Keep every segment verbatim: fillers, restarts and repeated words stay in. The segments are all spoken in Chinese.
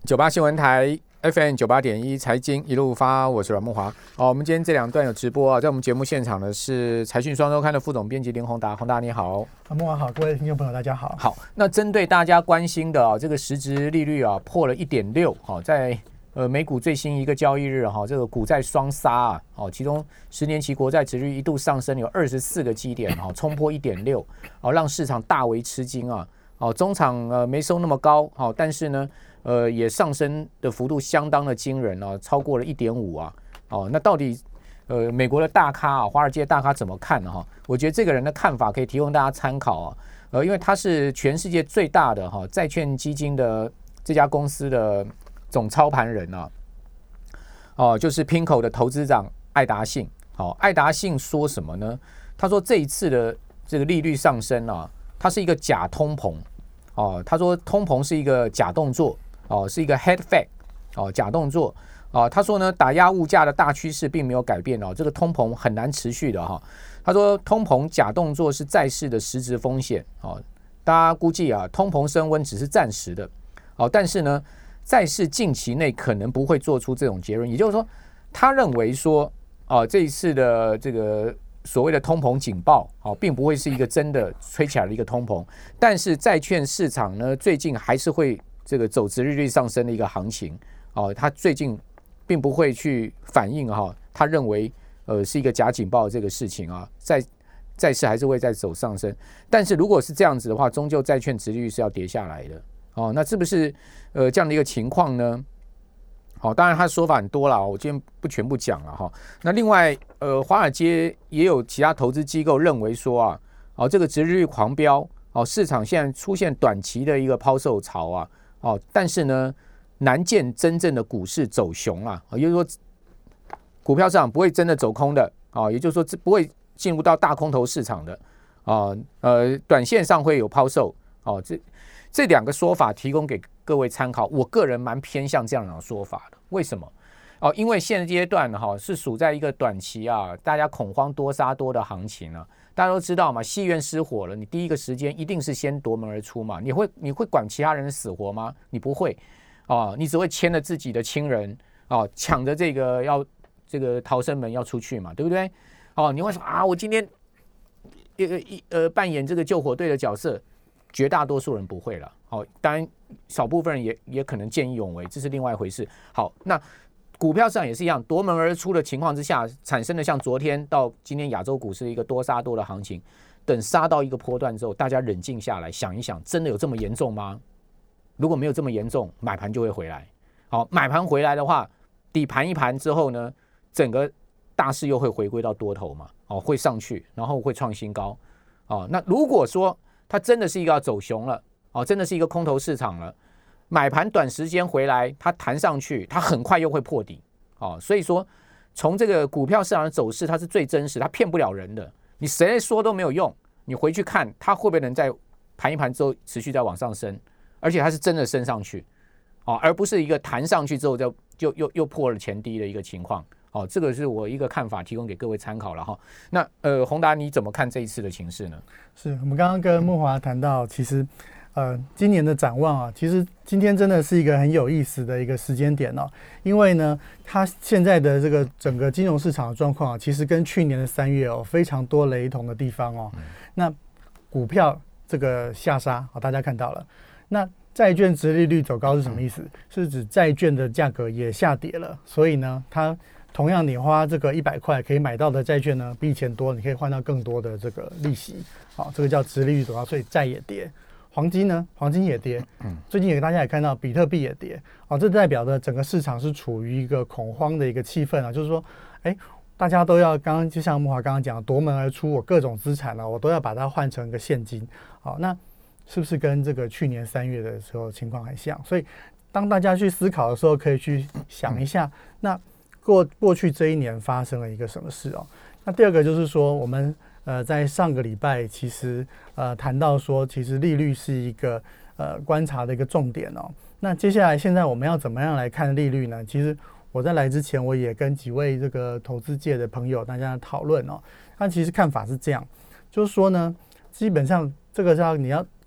九八新闻台 F M 九八点一财经一路发，我是阮慕骅。哦，我们今天这两段有直播啊，在我们节目现场的是财讯双周刊的副总编辑林宏达，宏达你好。 慕骅好，各位听众朋友大家好。 好，那针对大家关心的啊，这个实质利率啊破了 一点六， 好，在呃美股最新一个交易日哈，这个股债双杀啊，哦，其中十年期国债殖利率一度上升有二十四个基点，哈，冲破 一点六， 哦，让市场大为吃惊啊。哦，中场呃没收那么高，好，但是呢，呃也上升的幅度相当的惊人啊，超过了 一点五 啊。哦，那到底呃美国的大咖啊，华尔街大咖怎么看呢？哈，我觉得这个人的看法可以提供大家参考啊。呃，因为他是全世界最大的哈债券基金的这家公司的总操盘人啊。哦，就是 Pinko 的投资长艾达信。好，艾达信说什么呢？他说这一次的这个利率上升啊，它是一个假通膨。哦，他说通膨是一个假动作，哦，是一个 head fake， 哦，假动作，哦，他说呢，打压物价的大趋势并没有改变哦，这个通膨很难持续的哈、哦。他说通膨假动作是债市的实质风险，哦，大家估计啊，通膨升温只是暂时的，哦，但是呢，债市近期内可能不会做出这种结论，也就是说，他认为说，哦，这一次的这个。所谓的通膨警报，哦，并不会是一个真的吹起来的一个通膨，但是债券市场呢，最近还是会这个走殖利率上升的一个行情，哦，它最近并不会去反映哈、哦，他认为呃是一个假警报这个事情啊，债债市还是会再走上升，但是如果是这样子的话，终究债券殖利率是要跌下来的，哦，那是不是呃这样的一个情况呢？好，当然他说法很多啦，我今天不全部讲了哈。那另外，呃，华尔街也有其他投资机构认为说啊，哦，这个殖利率狂飙，哦，市场现在出现短期的一个抛售潮啊，哦，但是呢，难见真正的股市走熊啊，也就是说，股票市场不会真的走空的啊，也就是说，不会进入到大空头市场的啊，呃，短线上会有抛售，哦，这这两个说法提供给各位参考，我个人蛮偏向这样的说法的。为什么？哦，因为现阶段哈、哦、是处在一个短期啊，大家恐慌多杀多的行情啊。大家都知道嘛，戏院失火了，你第一个时间一定是先夺门而出嘛。你会你会管其他人的死活吗？你不会哦，你只会牵着自己的亲人哦，抢着这个要这个逃生门要出去嘛，对不对？哦，你会说啊，我今天一一呃扮演这个救火队的角色。绝大多数人不会了，好，当然少部分人也也可能见义勇为，这是另外一回事。好，那股票市场也是一样，夺门而出的情况之下，产生的像昨天到今天亚洲股市一个多杀多的行情，等杀到一个波段之后，大家冷静下来想一想，真的有这么严重吗？如果没有这么严重，买盘就会回来。好，买盘回来的话，底盘一盘之后呢，整个大势又会回归到多头嘛，哦，会上去，然后会创新高。哦，那如果说它真的是一个要走熊了，哦，真的是一个空头市场了。买盘短时间回来，它弹上去，它很快又会破底，哦，所以说从这个股票市场的走势，它是最真实，它骗不了人的，你谁说都没有用。你回去看，它会不会能在盘一盘之后持续再往上升，而且它是真的升上去，哦，而不是一个弹上去之后就就又又破了前低的一个情况。哦，这个是我一个看法，提供给各位参考了哈。那呃，宏达你怎么看这一次的情势呢？ 是我们刚刚跟慕骅谈到，其实呃今年的展望啊，其实今天真的是一个很有意思的一个时间点哦，因为呢，它现在的这个整个金融市场的状况啊，其实跟去年的三月哦非常多雷同的地方哦。嗯、那股票这个下杀啊、哦，大家看到了，那债券殖利率走高是什么意思？是指债券的价格也下跌了，所以呢，它同样，你花这个一百块可以买到的债券呢，比以前多，你可以换到更多的这个利息。好，这个叫殖利率走高，所以债也跌。黄金呢，黄金也跌。嗯，最近也大家也看到，比特币也跌。好，这代表的整个市场是处于一个恐慌的一个气氛啊，就是说，哎，大家都要刚刚就像慕骅刚刚讲，夺门而出，我各种资产呢、啊，我都要把它换成一个现金。好，那是不是跟这个去年三月的时候情况很像？所以，当大家去思考的时候，可以去想一下，那。过过去这一年发生了一个什么事哦？那第二个就是说，我们呃在上个礼拜其实呃谈到说，其实利率是一个呃观察的一个重点哦。那接下来现在我们要怎么样来看利率呢？其实我在来之前，我也跟几位这个投资界的朋友大家讨论哦。那其实看法是这样，就是说呢，基本上这个是要你要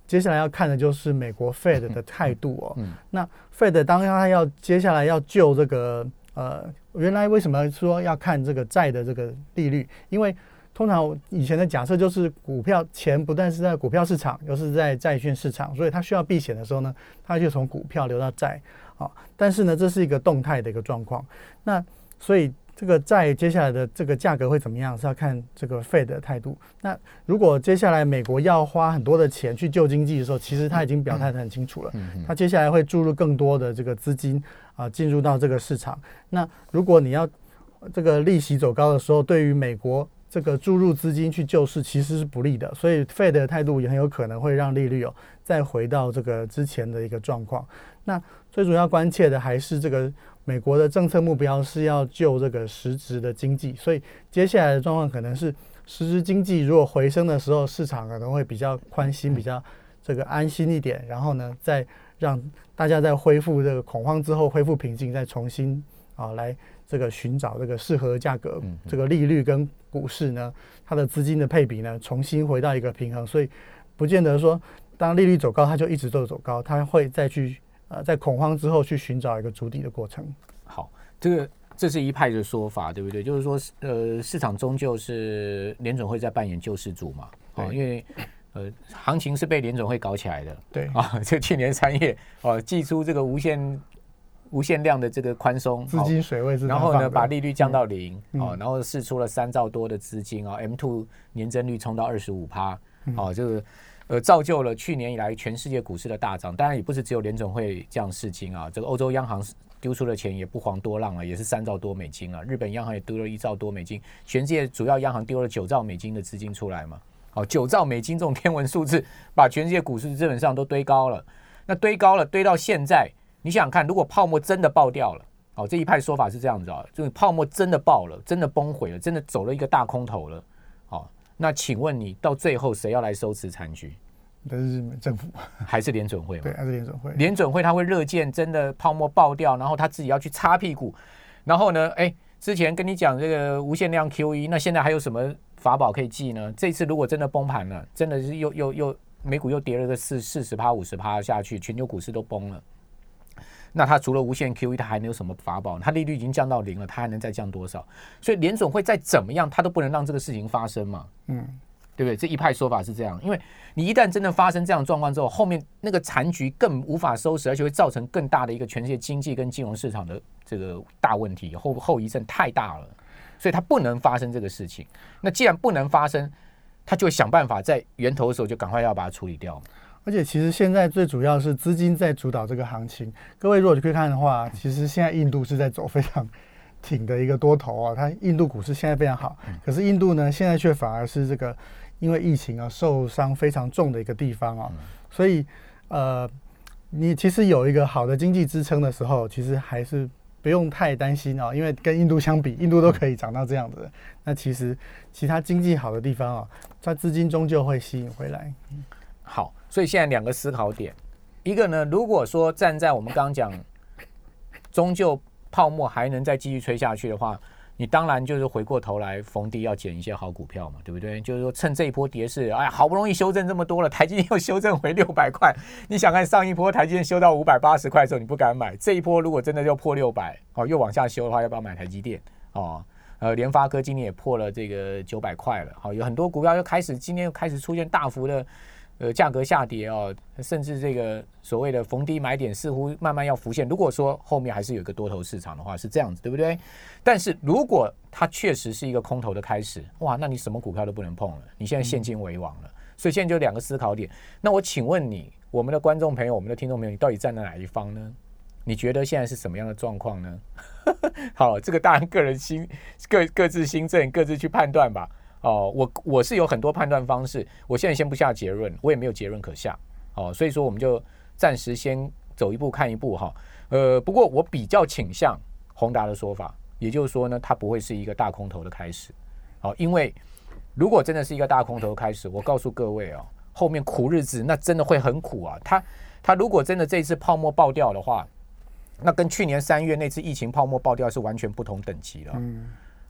接下来要看的就是美国 Fed 的态度哦。嗯、那 Fed 当他要接下来要救这个呃，原来为什么说要看这个债的这个利率？因为通常以前的假设就是股票钱不但是在股票市场，又是在债券市场，所以它需要避险的时候呢，它就从股票流到债啊。但是呢，这是一个动态的一个状况。那所以这个债接下来的这个价格会怎么样，是要看这个 Fed 的态度。那如果接下来美国要花很多的钱去救经济的时候，其实他已经表态得很清楚了，他接下来会注入更多的这个资金啊进入到这个市场。那如果你要这个利息走高的时候，对于美国这个注入资金去救市其实是不利的，所以 Fed 的态度也很有可能会让利率哦再回到这个之前的一个状况。那最主要关切的还是这个美国的政策目标是要救这个实质的经济，所以接下来的状况可能是实质经济如果回升的时候，市场可能会比较宽心，比较这个安心一点，然后呢再让大家在恢复这个恐慌之后恢复平静，再重新啊来这个寻找这个适合价格，这个利率跟股市呢它的资金的配比呢重新回到一个平衡，所以不见得说当利率走高它就一直都走高，它会再去呃在恐慌之后去寻找一个筑底的过程。 好，这个这是一派的说法，对不对？就是说呃市场终究是联准会在扮演救世主嘛，哦，因为呃行情是被联准会搞起来的， 对啊，这去年三月哦祭出这个无限无限量的这个宽松资金水位是， 然后呢把利率降到零、 嗯哦，然后释出了三兆多的资金啊、哦、，M 二 年增率冲到二十五趴，哦，这个呃造就了去年以来全世界股市的大涨。当然也不是只有联准会这样示金啊，这个欧洲央行丢出的钱也不遑多让了，也是三兆多美金啊，日本央行也丢了一兆多美金，全世界主要央行丢了九兆美金的资金出来嘛，哦，九兆美金这种天文数字，把全世界股市基本上都堆高了。那堆高了，堆到现在。你想想看，如果泡沫真的爆掉了，哦，这一派说法是这样子啊，就是泡沫真的爆了，真的崩毁了，真的走了一个大空头了，哦，那请问你到最后谁要来收持残局？ 这是政府还是联准会吗？ 对，还是联准会。 联准会他会乐见真的泡沫爆掉，然后他自己要去擦屁股，然后呢，哎，之前跟你讲这个无限量 Q E， 那现在还有什么法宝可以记呢？这次如果真的崩盘了，真的是又又又美股又跌了个四四十趴、五十趴下去，全球股市都崩了。那它除了无限 Q E， 它还能有什么法宝？它利率已经降到零了，它还能再降多少？所以联总会再怎么样，它都不能让这个事情发生嘛，嗯，对不对？这一派说法是这样，因为你一旦真的发生这样的状况之后，后面那个残局更无法收拾，而且会造成更大的一个全世界经济跟金融市场的这个大问题，后后遗症太大了，所以它不能发生这个事情。那既然不能发生，它就会想办法在源头的时候就赶快要把它处理掉。 而且其实现在最主要是资金在主导这个行情。各位如果去看的话，其实现在印度是在走非常挺的一个多头啊，它印度股市现在非常好，可是印度呢现在却反而是这个因为疫情啊受伤非常重的一个地方啊，所以呃你其实有一个好的经济支撑的时候，其实还是不用太担心啊，因为跟印度相比，印度都可以涨到这样的，那其实其他经济好的地方啊，它资金终究会吸引回来。 好，所以现在两个思考点，一个呢，如果说站在我们刚刚讲，终究泡沫还能再继续吹下去的话，你当然就是回过头来逢低要捡一些好股票嘛，对不对？就是说趁这一波跌势，哎呀，好不容易修正这么多了，台积电又修正回六百块，你想看上一波台积电修到五百八十块的时候，你不敢买，这一波如果真的又破六百，哦，又往下修的话，要不要买台积电？哦。呃，联发科今年也破了这个九百块了，好，有很多股票又开始今天又开始出现大幅的呃价格下跌哦，甚至这个所谓的逢低买点似乎慢慢要浮现。如果说后面还是有一个多头市场的话，是这样子，对不对？但是如果它确实是一个空头的开始，哇，那你什么股票都不能碰了，你现在现金为王了。所以现在就两个思考点。那我请问你，我们的观众朋友，我们的听众朋友，你到底站在哪一方呢？你觉得现在是什么样的状况呢？好，这个当然个人心各各自心证，各自去判断吧。哦，我我是有很多判断方式，我现在先不下结论，我也没有结论可下。哦，所以说我们就暂时先走一步看一步哈。呃，不过我比较倾向宏达的说法，也就是说呢，它不会是一个大空头的开始。好，因为如果真的是一个大空头的开始，我告诉各位哦，后面苦日子那真的会很苦啊。它它如果真的这次泡沫爆掉的话，那跟去年三月那次疫情泡沫爆掉是完全不同等级了。嗯，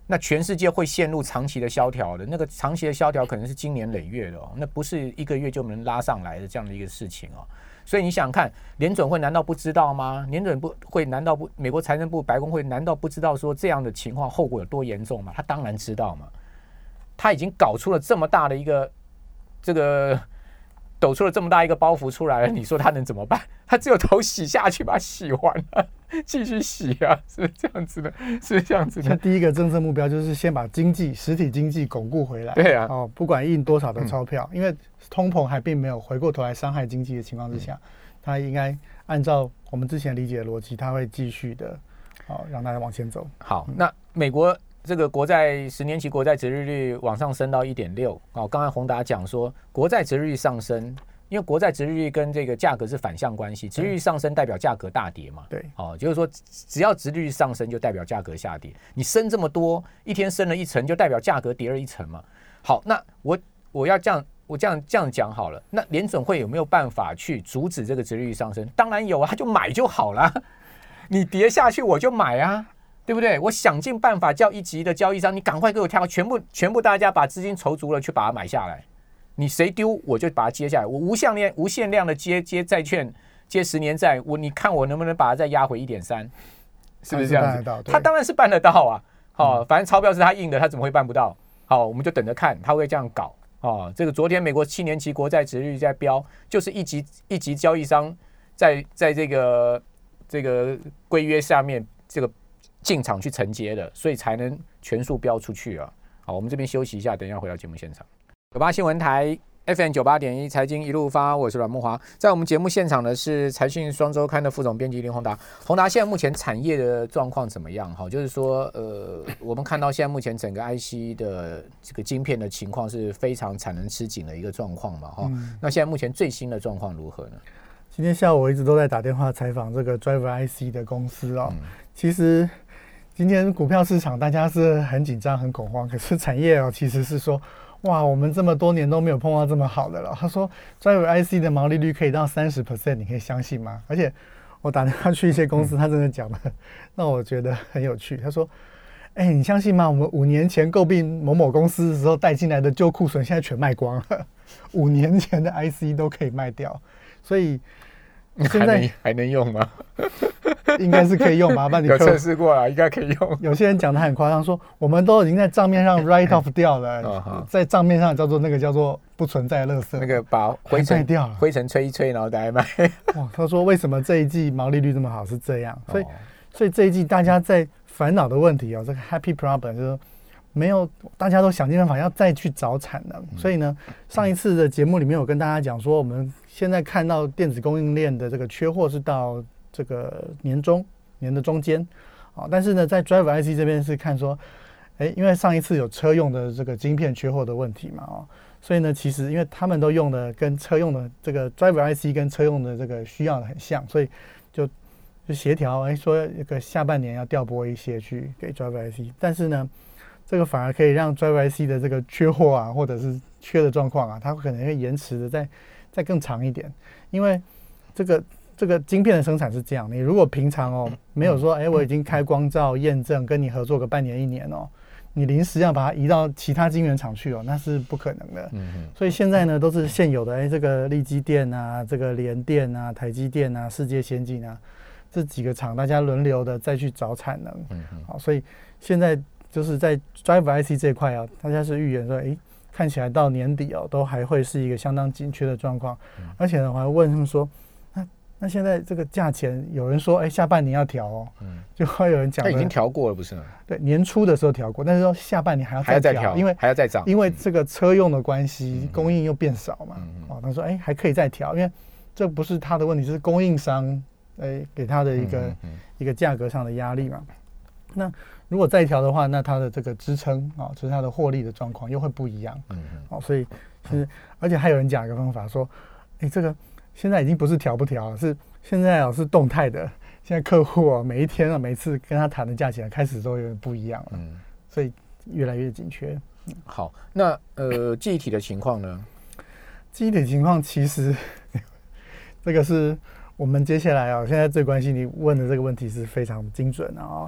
那全世界会陷入长期的萧条的，那个长期的萧条可能是经年累月的哦，那不是一个月就能拉上来的这样的一个事情哦。所以你想想看，联准会难道不知道吗？联准会难道不？美国财政部、白宫会难道不知道说这样的情况后果有多严重吗？他当然知道嘛，他已经搞出了这么大的一个这个。抖出了这么大一个包袱出来了，你说他能怎么办？他只有头洗下去，把它洗完了，继续洗啊，是不是这样子的？是不是这样子的？ 那第一个政策目标就是先把经济实体经济巩固回来。 对啊， 哦，不管印多少的钞票，嗯、因为通膨还并没有回过头来伤害经济的情况之下，嗯、它应该按照我们之前理解的逻辑，它会继续的，哦，让大家往前走。 好，嗯、那美国。这个国债十年期国债殖利率往上升到 一点六 哦，刚才宏达讲说国债殖利率上升，因为国债殖利率跟这个价格是反向关系，殖利率上升代表价格大跌嘛， 对， 哦，就是说只要殖利率上升就代表价格下跌，你升这么多，一天升了一层就代表价格跌了一层嘛。好，那我我要这样我这样这样讲好了，那联准会有没有办法去阻止这个殖利率上升？当然有啊，他就买就好了，你跌下去我就买啊。对不对？我想尽办法叫一级的交易商，你赶快给我跳，全部全部大家把资金筹足了，去把它买下来。你谁丢，我就把它接下来。我无限量、无限量的接接债券，接十年债，我你看我能不能把它再压回一点三？是不是这样子？他当然是办得到啊！好、哦，反正钞票是他印的，他怎么会办不到？好，我们就等着看他会这样搞。哦，这个昨天美国七年期国债殖利率在飙，就是一级一级交易商在在这个这个规约下面这个。进场去承接的，所以才能全数标出去啊！好，我们这边休息一下，等一下回到节目现场。九八新闻台 F M 九八点一财经一路发，我是阮慕骅。在我们节目现场的是财讯双周刊的副总编辑林宏达。宏达，现在目前产业的状况怎么样？哈，就是说，呃，我们看到现在目前整个 I C 的这个晶片的情况是非常产能吃紧的一个状况嘛，哈、嗯。那现在目前最新的状况如何呢？ 今天下午我一直都在打电话采访这个 Driver I C 的公司哦，嗯、其实。今天股票市场大家是很紧张很恐慌，可是产业哦其实是说，哇，我们这么多年都没有碰到这么好的了。他说 Driver I C 的毛利率可以到 百分之三十， 你可以相信吗？而且我打电话去一些公司，他真的讲的让我觉得很有趣。他说，哎，你相信吗？我们五年前诟病某某公司的时候带进来的旧库存现在全卖光了，五年前的 I C 都可以卖掉，所以现在还, 能还能用吗？ 应该是可以用吧，把你有测试过了，应该可以用。 有些人讲的很夸张，说我们都已经在账面上 write off 掉了，哦、在账面上叫做那个叫做不存在的垃圾， 那个把灰尘掉了， 灰尘吹一吹，然后再卖。 哇，他说为什么这一季毛利率这么好？是这样，所以、哦、所以这一季大家在烦恼的问题哦，这个 happy problem 就是没有，大家都想尽办法要再去找产能。嗯、所以呢，上一次的节目里面有跟大家讲说，我们现在看到电子供应链的这个缺货是到这个年中年的中间，啊，但是呢，在 Driver I C 这边是看说，哎，因为上一次有车用的这个晶片缺货的问题嘛，哦，所以呢，其实因为他们都用的跟车用的这个 Driver I C 跟车用的这个需要的很像，所以就就协调，哎，说这个下半年要调拨一些去给 Driver I C， 但是呢，这个反而可以让 Driver I C 的这个缺货啊，或者是缺的状况啊，它可能会延迟的再再更长一点，因为这个。这个晶片的生产是这样，你如果平常哦没有说，哎，我已经开光照验证，跟你合作个半年一年哦，你临时要把它移到其他晶圆厂去哦，那是不可能的。嗯，所以现在呢都是现有的，哎，这个力积电啊，这个联电啊，台积电啊，世界先进啊，这几个厂大家轮流的再去找产能。嗯，好，所以现在就是在 Driver I C 这一块啊，大家是预言说，哎，看起来到年底哦，都还会是一个相当紧缺的状况。嗯、而且呢，我还问他们说。那现在这个价钱，有人说，哎，下半年要调哦，嗯，就会有人讲， 他已经调过了，不是吗？ 对，年初的时候调过，但是说下半年还要再 调, 再调， 因为还要再涨， 因为这个车用的关系，嗯、供应又变少嘛，嗯、哦，他说，哎，还可以再调，因为这不是他的问题，是供应商，哎，给他的一个、嗯嗯、一个价格上的压力嘛。那如果再调的话，那它的这个支撑啊，就是它的获利的状况又会不一样，嗯嗯，哦，所以其实，而且还有人讲一个方法说，哎，这个。现在已经不是调不调了，是现在哦是动态的。现在客户哦每一天啊，每一次跟他谈的价钱开始都有点不一样了，嗯，所以越来越紧缺。 嗯、好，那呃记忆体的情况呢？ 记忆体情况其实这个是我们接下来啊，现在最关心你问的这个问题是非常精准的啊、哦。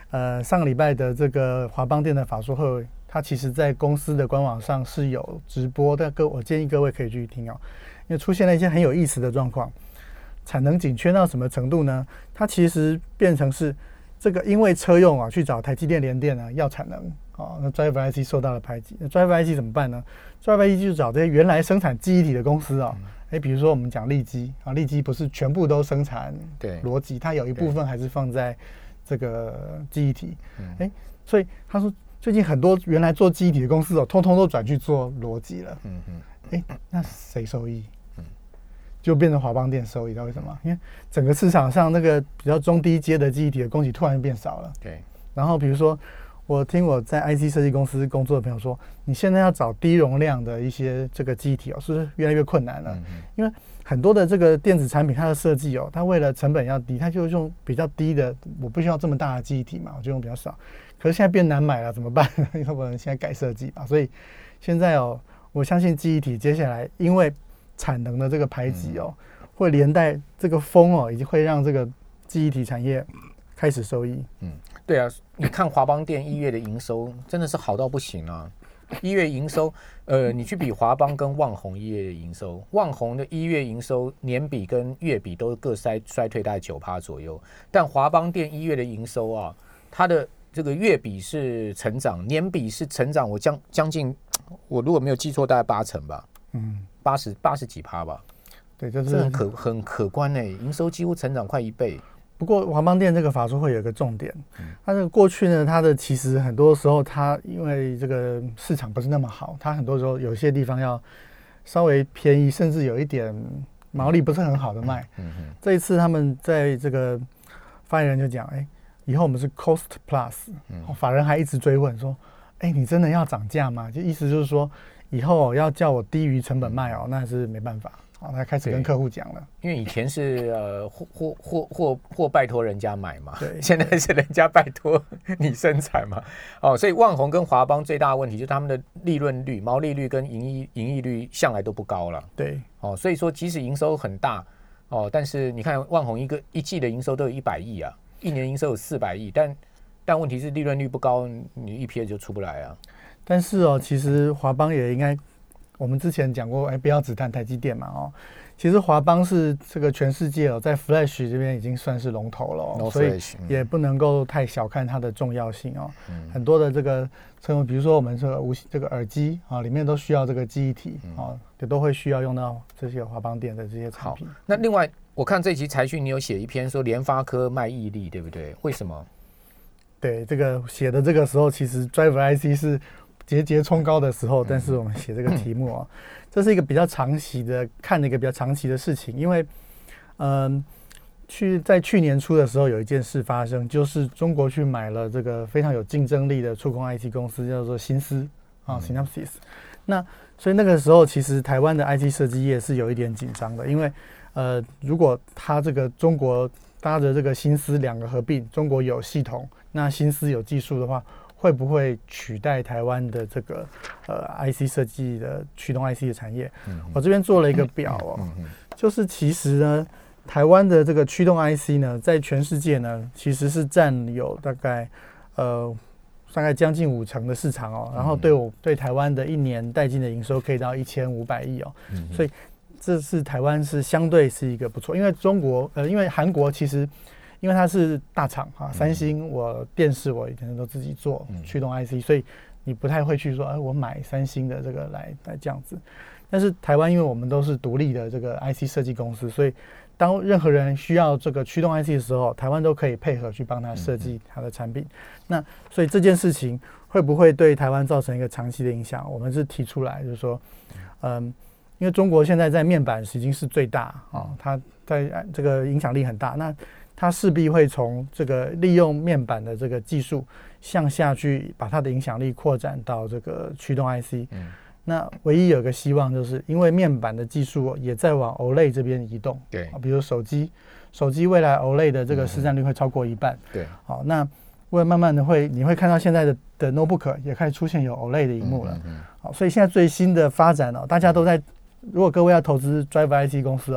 呃上个礼拜的这个华邦电的法说会，它其实在公司的官网上是有直播的，各我建议各位可以去听哦，因为出现了一些很有意思的状况。产能紧缺到什么程度呢？它其实变成是这个因为车用啊去找台积电、联电呢要产能啊，那 Driver I C 受到了排挤，那 Driver I C 怎么办呢 ？Driver I C 就找这些原来生产记忆体的公司啊，哎、嗯，比如说我们讲力基啊，力基不是全部都生产逻辑，它有一部分还是放在这个记忆体，哎、嗯，所以他说最近很多原来做记忆体的公司哦，通通都转去做逻辑了，嗯嗯，哎，那谁受益？就变成华邦电受益，知道为什么？因为整个市场上那个比较中低阶的记忆体的供给突然变少了。对。然后比如说，我听我在 I C 设计公司工作的朋友说，你现在要找低容量的一些这个记忆体哦，是越来越困难了。嗯嗯，因为很多的这个电子产品，它的设计哦，它为了成本要低，它就用比较低的，我不需要这么大的记忆体嘛，我就用比较少。可是现在变难买了，怎么办呢？要不然现在改设计吧。所以现在哦，我相信记忆体接下来因为产能的这个排挤哦，会连带这个风哦，已经会让这个记忆体产业开始受益。 嗯，对啊，你看华邦电一月的营收真的是好到不行啊！一月营收，呃，你去比华邦跟旺宏一月的营收，旺宏的一月营收年比跟月比都各衰衰退大概九趴左右，但华邦电一月的营收啊，它的这个月比是成长，年比是成长，我将将近，我如果没有记错，大概八成吧。嗯。八十八十几趴吧， 对，就是很可很可观呢、欸，营收几乎成长快一倍。 不过华邦电这个法说会有一个重点，它这个过去呢，它的其实很多时候它因为这个市场不是那么好，它很多时候有些地方要稍微便宜，甚至有一点毛利不是很好的卖。嗯嗯，这一次他们在这个发言人就讲，哎、欸，以后我们是 cost plus，、嗯、法人还一直追问说，哎、欸，你真的要涨价吗？就意思就是说。以后要叫我低于成本卖哦，那是没办法。好，他开始跟客户讲了， 因为以前是呃货货货货货拜托人家买嘛，对，现在是人家拜托你生产嘛。哦，所以旺宏跟华邦最大的问题就是他们的利润率、毛利率跟盈利盈利率向来都不高了。 对， 哦，所以说即使营收很大哦，但是你看旺宏一个一季的营收都有一百亿啊，一年营收有四百亿，但但问题是利润率不高，你 E P S 就出不来啊。 但是哦，其实华邦也应该，我们之前讲过，哎，不要只谈台积电嘛，哦，其实华邦是这个全世界哦，在 Flash 这边已经算是龙头了、哦 no、 所以也不能够太小看它的重要性哦。嗯、很多的这个，比如说我们说无这个耳机啊，里面都需要这个记忆体啊，也、嗯、都会需要用到这些华邦电的这些产品。 那另外，我看这期财讯你有写一篇说联发科卖毅力，对不对？为什么？ 对，这个写的这个时候，其实 Driver I C 是节节冲高的时候，但是我们写这个题目啊、哦，这是一个比较长期的看的一个比较长期的事情，因为，嗯，去在去年初的时候有一件事发生，就是中国去买了这个非常有竞争力的触控 I C 公司，叫做新思啊 Synopsys。那所以那个时候其实台湾的 I C 设计业是有一点紧张的，因为呃，如果它这个中国搭着这个新思两个合并，中国有系统，那新思有技术的话。会不会取代台湾的这个呃 I C 设计的驱动 I C 的产业？嗯、我这边做了一个表哦，嗯嗯、就是其实呢，台湾的这个驱动 I C 呢，在全世界呢，其实是占有大概呃大概将近五成的市场哦，然后对我对台湾的一年带进的营收可以到一千五百亿哦，嗯、所以这是台湾是相对是一个不错，因为中国呃因为韩国其实。因为它是大厂啊，三星我电视我以前都自己做驱动 I C， 所以你不太会去说，哎，我买三星的这个来来这样子。但是台湾因为我们都是独立的这个 I C 设计公司，所以当任何人需要这个驱动 I C 的时候，台湾都可以配合去帮他设计他的产品。那所以这件事情会不会对台湾造成一个长期的影响？我们是提出来，就是说，嗯，因为中国现在在面板已经是最大啊、哦，它在这个影响力很大。那它势必会从这个利用面板的这个技术向下去把它的影响力扩展到这个驱动 I C。嗯、那唯一有一个希望，就是因为面板的技术也在往 O L E D 这边移动。对，比如手机，手机未来 O L E D 的这个市占率会超过一半。嗯、对，好，那会慢慢的会，你会看到现在的的 notebook 也开始出现有 O L E D 的萤幕了。嗯嗯、好，所以现在最新的发展哦，大家都在，如果各位要投资 Driver I C 公司哦。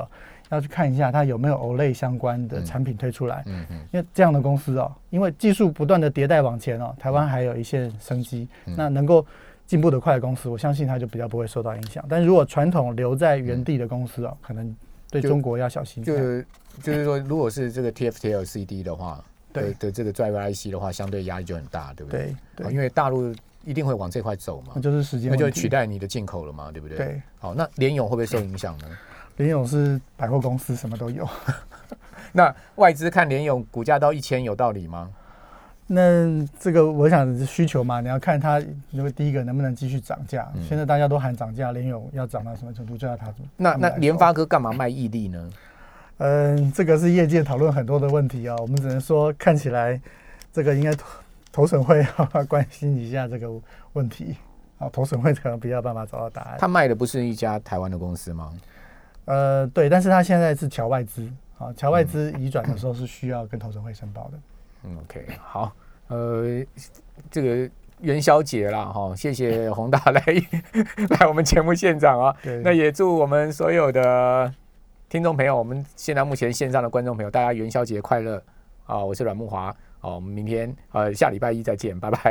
要去看一下它有没有 O L E D 相关的产品推出来。 嗯嗯， 因为这样的公司哦，因为技术不断的迭代往前哦，台湾还有一线生机， 嗯、 那能够进步的快的公司，我相信它就比较不会受到影响。但是如果传统留在原地的公司哦，可能对中国要小心。 就就是说，如果是这个 T F T L C D 的话，对的这个 Driver I C 的话，相对压力就很大，对不对？对，对，因为大陆一定会往这块走嘛， 那就是时间， 那就取代你的进口了嘛，对不对？ 对。 好，那联咏会不会受影响呢？ 联咏是百货公司，什么都有。 那外资看联咏股价到一千有道理吗？ 那这个我想是需求嘛，你要看它，因为第一个能不能继续涨价。嗯、现在大家都喊涨价，联咏要涨到什么程度，就要它怎么。 那那联发科干嘛卖毅力呢？ 嗯，这个是业界讨论很多的问题哦。我们只能说，看起来这个应该投审会要关心一下这个问题。啊，投审会可能比较有办法找到答案。 他卖的不是一家台湾的公司吗？ 呃，对，但是他现在是侨外资，啊，侨外资移转的时候是需要跟投审会申报的。 嗯 ，OK， 好，呃，这个元宵节啦，哈，谢谢宏大来来我们节目现场啊。那也祝我们所有的听众朋友，我们现在目前线上的观众朋友，大家元宵节快乐啊！我是阮慕骅，好，我们明天呃下礼拜一再见，拜拜。